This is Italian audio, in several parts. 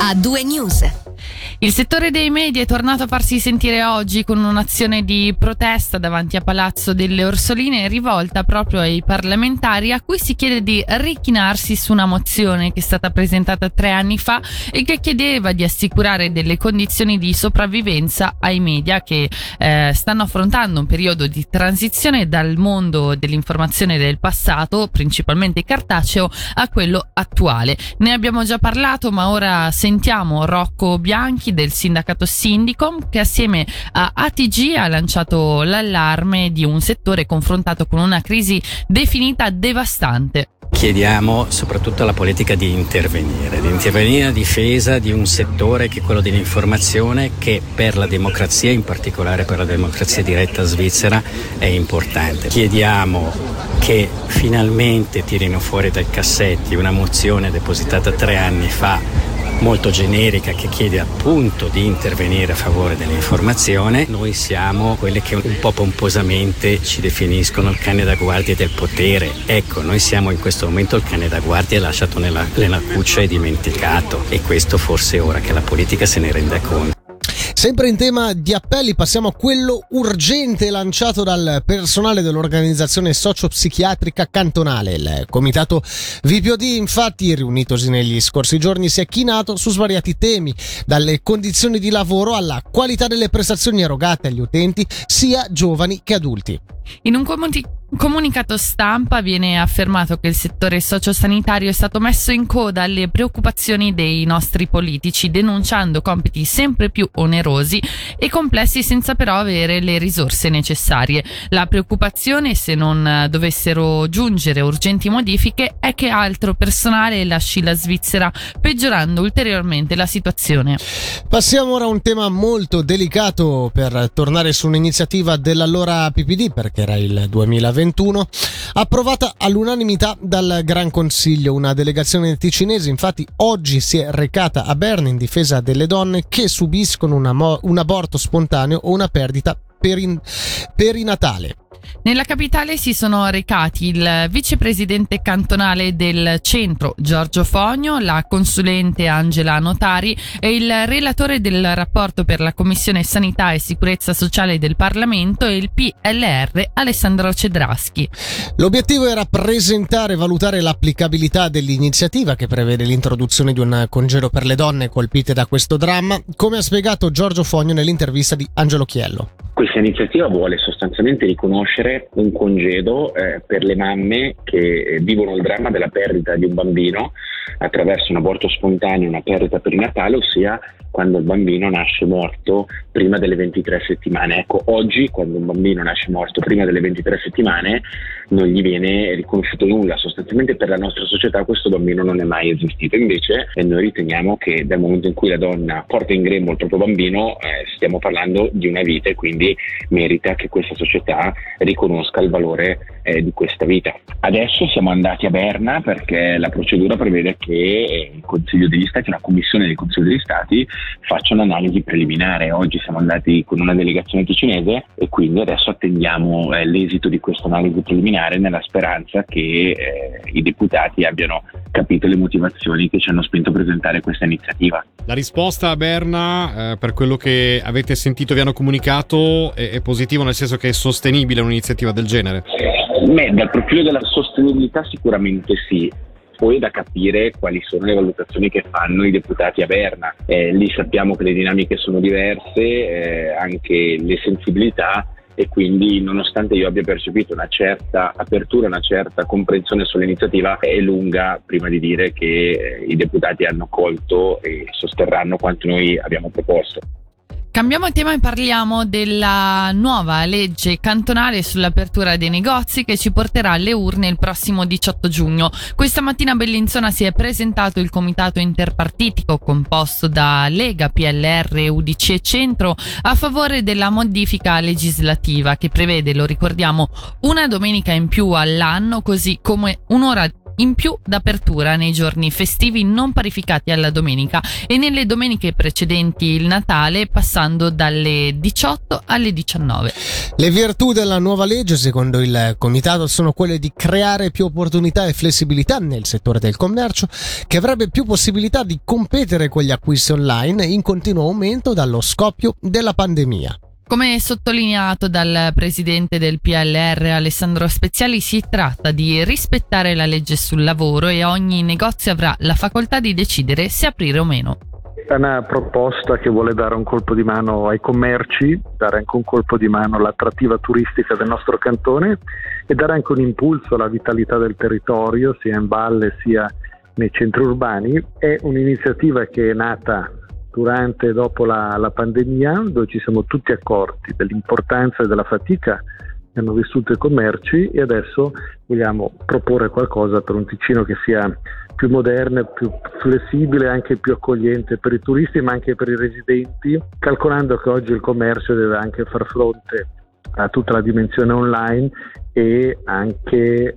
A2 News. Il settore dei media è tornato a farsi sentire oggi con un'azione di protesta davanti a Palazzo delle Orsoline rivolta proprio ai parlamentari, a cui si chiede di rinchinarsi su una mozione che è stata presentata 3 anni fa e che chiedeva di assicurare delle condizioni di sopravvivenza ai media che stanno affrontando un periodo di transizione dal mondo dell'informazione del passato, principalmente cartaceo, a quello attuale. Ne abbiamo già parlato, ma ora sentiamo Rocco Bianchi del sindacato Sindicom, che assieme a ATG ha lanciato l'allarme di un settore confrontato con una crisi definita devastante. Chiediamo soprattutto alla politica di intervenire a difesa di un settore che è quello dell'informazione, che per la democrazia, in particolare per la democrazia diretta svizzera, è importante. Chiediamo che finalmente tirino fuori dai cassetti una mozione depositata 3 anni fa, molto generica, che chiede appunto di intervenire a favore dell'informazione. Noi siamo quelli che un po' pomposamente ci definiscono il cane da guardia del potere. Ecco, noi siamo in questo momento il cane da guardia lasciato nella cuccia e dimenticato, e questo forse è ora che la politica se ne renda conto. Sempre in tema di appelli, passiamo a quello urgente lanciato dal personale dell'organizzazione socio-psichiatrica cantonale. Il comitato VPOD, infatti, riunitosi negli scorsi giorni, si è chinato su svariati temi, dalle condizioni di lavoro alla qualità delle prestazioni erogate agli utenti, sia giovani che adulti. In un comunicato stampa viene affermato che il settore sociosanitario è stato messo in coda alle preoccupazioni dei nostri politici, denunciando compiti sempre più onerosi e complessi senza però avere le risorse necessarie. La preoccupazione, se non dovessero giungere urgenti modifiche, è che altro personale lasci la Svizzera, peggiorando ulteriormente la situazione. Passiamo ora a un tema molto delicato, per tornare su un'iniziativa dell'allora PPD, perché era il 2021, approvata all'unanimità dal Gran Consiglio. Una delegazione ticinese infatti oggi si è recata a Berna in difesa delle donne che subiscono un aborto spontaneo o una perdita perinatale. Nella capitale si sono recati il vicepresidente cantonale del centro Giorgio Fogno, la consulente Angela Notari e il relatore del rapporto per la Commissione Sanità e Sicurezza Sociale del Parlamento e il PLR Alessandro Cedraschi. L'obiettivo era presentare e valutare l'applicabilità dell'iniziativa, che prevede l'introduzione di un congedo per le donne colpite da questo dramma, come ha spiegato Giorgio Fogno nell'intervista di Angelo Chiello. Questa iniziativa vuole sostanzialmente riconoscere un congedo per le mamme che vivono il dramma della perdita di un bambino attraverso un aborto spontaneo, una perdita perinatale, ossia quando il bambino nasce morto prima delle 23 settimane. Ecco, oggi quando un bambino nasce morto prima delle 23 settimane non gli viene riconosciuto nulla, sostanzialmente per la nostra società questo bambino non è mai esistito. Invece noi riteniamo che dal momento in cui la donna porta in grembo il proprio bambino stiamo parlando di una vita, e quindi merita che questa società riconosca il valore di questa vita. Adesso siamo andati a Berna perché la procedura prevede che il Consiglio degli Stati, una commissione del Consiglio degli Stati, faccia un'analisi preliminare. Oggi siamo andati con una delegazione ticinese e quindi adesso attendiamo l'esito di questa analisi preliminare, nella speranza che i deputati abbiano capito le motivazioni che ci hanno spinto a presentare questa iniziativa. La risposta a Berna, per quello che avete sentito, vi hanno comunicato, è positiva, nel senso che è sostenibile un'iniziativa del genere? Dal profilo della sostenibilità sicuramente sì. Poi è da capire quali sono le valutazioni che fanno i deputati a Berna. Lì sappiamo che le dinamiche sono diverse, anche le sensibilità, e quindi nonostante io abbia percepito una certa apertura, una certa comprensione sull'iniziativa, è lunga prima di dire che i deputati hanno colto e sosterranno quanto noi abbiamo proposto. Cambiamo tema e parliamo della nuova legge cantonale sull'apertura dei negozi che ci porterà alle urne il prossimo 18 giugno. Questa mattina a Bellinzona si è presentato il comitato interpartitico composto da Lega, PLR, UDC e Centro a favore della modifica legislativa che prevede, lo ricordiamo, una domenica in più all'anno, così come un'ora in più d'apertura nei giorni festivi non parificati alla domenica e nelle domeniche precedenti il Natale, passando dalle 18 alle 19. Le virtù della nuova legge, secondo il comitato, sono quelle di creare più opportunità e flessibilità nel settore del commercio, che avrebbe più possibilità di competere con gli acquisti online in continuo aumento dallo scoppio della pandemia. Come sottolineato dal presidente del PLR Alessandro Speziali, si tratta di rispettare la legge sul lavoro e ogni negozio avrà la facoltà di decidere se aprire o meno. È una proposta che vuole dare un colpo di mano ai commerci, dare anche un colpo di mano all'attrattiva turistica del nostro cantone e dare anche un impulso alla vitalità del territorio, sia in valle sia nei centri urbani. È un'iniziativa che è nata durante e dopo la pandemia, dove ci siamo tutti accorti dell'importanza e della fatica che hanno vissuto i commerci, e adesso vogliamo proporre qualcosa per un Ticino che sia più moderno, più flessibile, anche più accogliente per i turisti ma anche per i residenti, calcolando che oggi il commercio deve anche far fronte a tutta la dimensione online e anche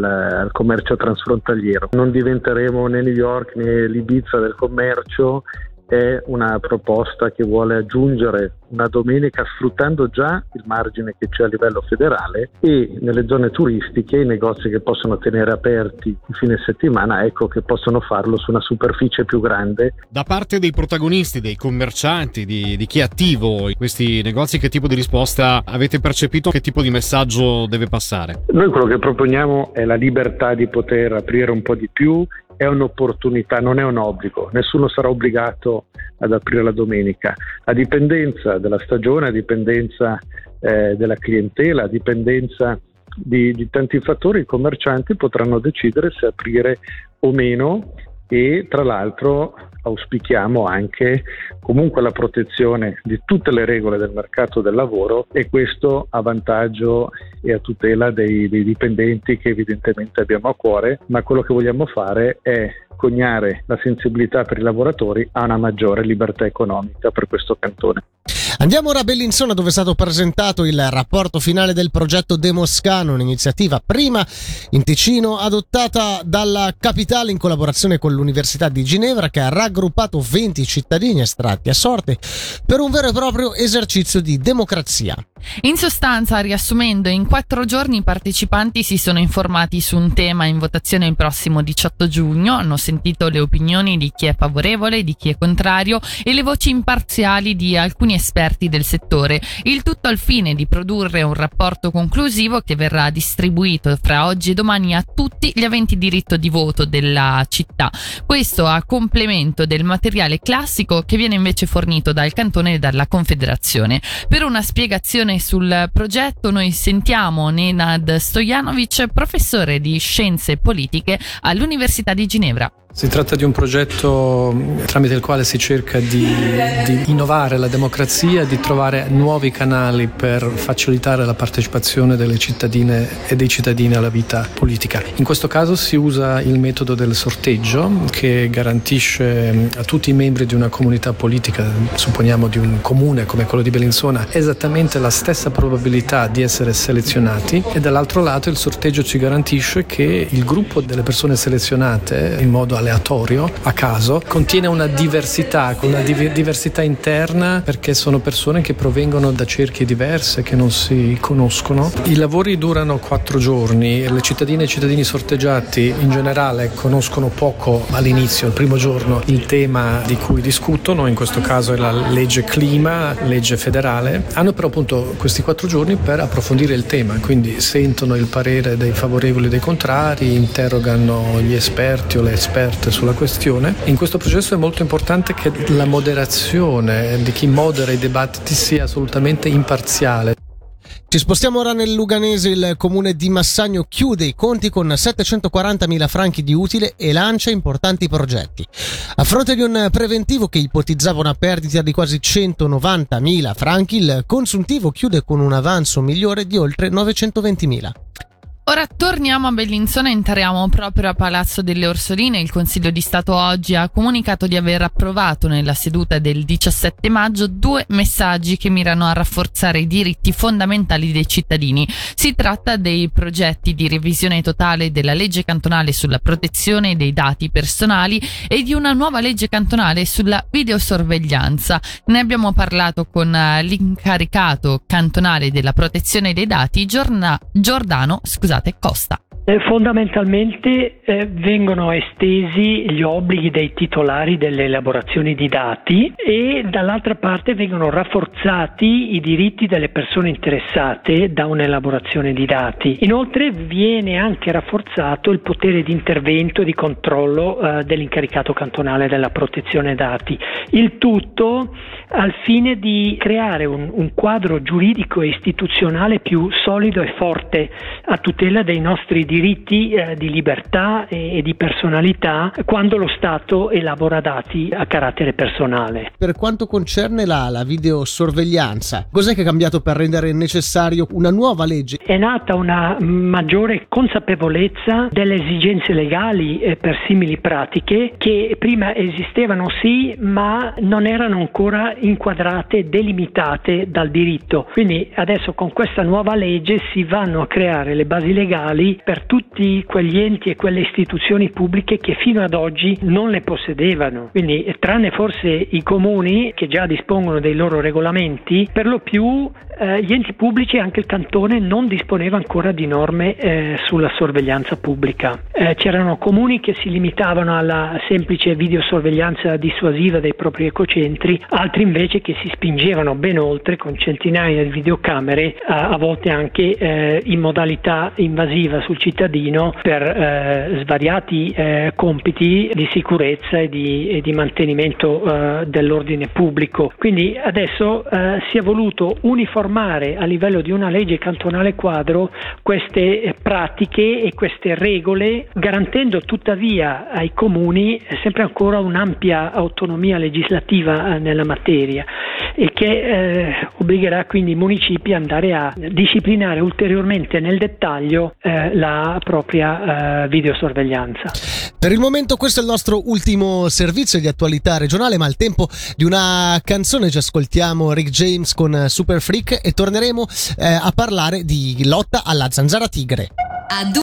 al commercio transfrontaliero. Non diventeremo né New York né l'Ibiza del commercio. È una proposta che vuole aggiungere una domenica sfruttando già il margine che c'è a livello federale, e nelle zone turistiche i negozi che possono tenere aperti il fine settimana, ecco che possono farlo su una superficie più grande. Da parte dei protagonisti, dei commercianti, di chi è attivo in questi negozi, che tipo di risposta avete percepito? Che tipo di messaggio deve passare? Noi quello che proponiamo è la libertà di poter aprire un po' di più. È un'opportunità, non è un obbligo, nessuno sarà obbligato ad aprire la domenica. A dipendenza della stagione, a dipendenza della clientela, a dipendenza di tanti fattori, i commercianti potranno decidere se aprire o meno, e tra l'altro auspichiamo anche comunque la protezione di tutte le regole del mercato del lavoro, e questo a vantaggio e a tutela dei dipendenti che evidentemente abbiamo a cuore, ma quello che vogliamo fare è coniare la sensibilità per i lavoratori a una maggiore libertà economica per questo cantone. Andiamo ora a Bellinzona, dove è stato presentato il rapporto finale del progetto Demoscano, un'iniziativa prima in Ticino adottata dalla capitale in collaborazione con l'Università di Ginevra, che ha raggruppato 20 cittadini estratti a sorte per un vero e proprio esercizio di democrazia. In sostanza, riassumendo, in 4 giorni i partecipanti si sono informati su un tema in votazione il prossimo 18 giugno, hanno sentito le opinioni di chi è favorevole, di chi è contrario e le voci imparziali di alcuni esperti del settore, il tutto al fine di produrre un rapporto conclusivo che verrà distribuito fra oggi e domani a tutti gli aventi diritto di voto della città. Questo a complemento del materiale classico che viene invece fornito dal cantone e dalla Confederazione. Per una spiegazione sul progetto noi sentiamo Nenad Stojanovic, professore di scienze politiche all'Università di Ginevra. Si tratta di un progetto tramite il quale si cerca di innovare la democrazia, di trovare nuovi canali per facilitare la partecipazione delle cittadine e dei cittadini alla vita politica. In questo caso si usa il metodo del sorteggio, che garantisce a tutti i membri di una comunità politica, supponiamo di un comune come quello di Bellinzona, esattamente la stessa probabilità di essere selezionati, e dall'altro lato il sorteggio ci garantisce che il gruppo delle persone selezionate in modo aleatorio, a caso, contiene una diversità interna, perché sono persone che provengono da cerchie diverse, che non si conoscono. I lavori durano 4 giorni, le cittadine e i cittadini sorteggiati in generale conoscono poco all'inizio, il primo giorno, il tema di cui discutono, in questo caso è la legge clima, legge federale. Hanno però appunto questi 4 giorni per approfondire il tema, quindi sentono il parere dei favorevoli e dei contrari, interrogano gli esperti o le esperte sulla questione. In questo processo è molto importante che la moderazione di chi modera i dibattiti sia assolutamente imparziale. Ci spostiamo ora nel Luganese. Il comune di Massagno chiude i conti con 740.000 franchi di utile e lancia importanti progetti. A fronte di un preventivo che ipotizzava una perdita di quasi 190.000 franchi, il consuntivo chiude con un avanzo migliore di oltre 920.000. Ora torniamo a Bellinzona e entriamo proprio a Palazzo delle Orsoline. Il Consiglio di Stato oggi ha comunicato di aver approvato nella seduta del 17 maggio 2 messaggi che mirano a rafforzare i diritti fondamentali dei cittadini. Si tratta dei progetti di revisione totale della legge cantonale sulla protezione dei dati personali e di una nuova legge cantonale sulla videosorveglianza. Ne abbiamo parlato con l'incaricato cantonale della protezione dei dati, Giordano Costa. Fondamentalmente vengono estesi gli obblighi dei titolari delle elaborazioni di dati e dall'altra parte vengono rafforzati i diritti delle persone interessate da un'elaborazione di dati. Inoltre viene anche rafforzato il potere di intervento e di controllo dell'incaricato cantonale della protezione dati. Il tutto al fine di creare un quadro giuridico e istituzionale più solido e forte a tutela dei nostri diritti di libertà e di personalità quando lo Stato elabora dati a carattere personale. Per quanto concerne la videosorveglianza, cos'è che è cambiato per rendere necessario una nuova legge? È nata una maggiore consapevolezza delle esigenze legali per simili pratiche che prima esistevano sì, ma non erano ancora inquadrate e delimitate dal diritto. Quindi adesso con questa nuova legge si vanno a creare le basi legali per tutti quegli enti e quelle istituzioni pubbliche che fino ad oggi non le possedevano. Quindi, tranne forse i comuni che già dispongono dei loro regolamenti, per lo più gli enti pubblici e anche il cantone non disponeva ancora di norme sulla sorveglianza pubblica. C'erano comuni che si limitavano alla semplice videosorveglianza dissuasiva dei propri ecocentri, altri invece che si spingevano ben oltre con centinaia di videocamere, a volte anche in modalità invasiva sul cittadino per svariati compiti di sicurezza e di mantenimento dell'ordine pubblico. Quindi adesso si è voluto uniformare a livello di una legge cantonale quadro queste pratiche e queste regole, garantendo tuttavia ai comuni sempre ancora un'ampia autonomia legislativa nella materia e che obbligherà quindi i municipi ad andare a disciplinare ulteriormente nel dettaglio la propria videosorveglianza. Per il momento questo è il nostro ultimo servizio di attualità regionale, ma al tempo di una canzone ci ascoltiamo Rick James con Super Freak e torneremo a parlare di lotta alla zanzara tigre.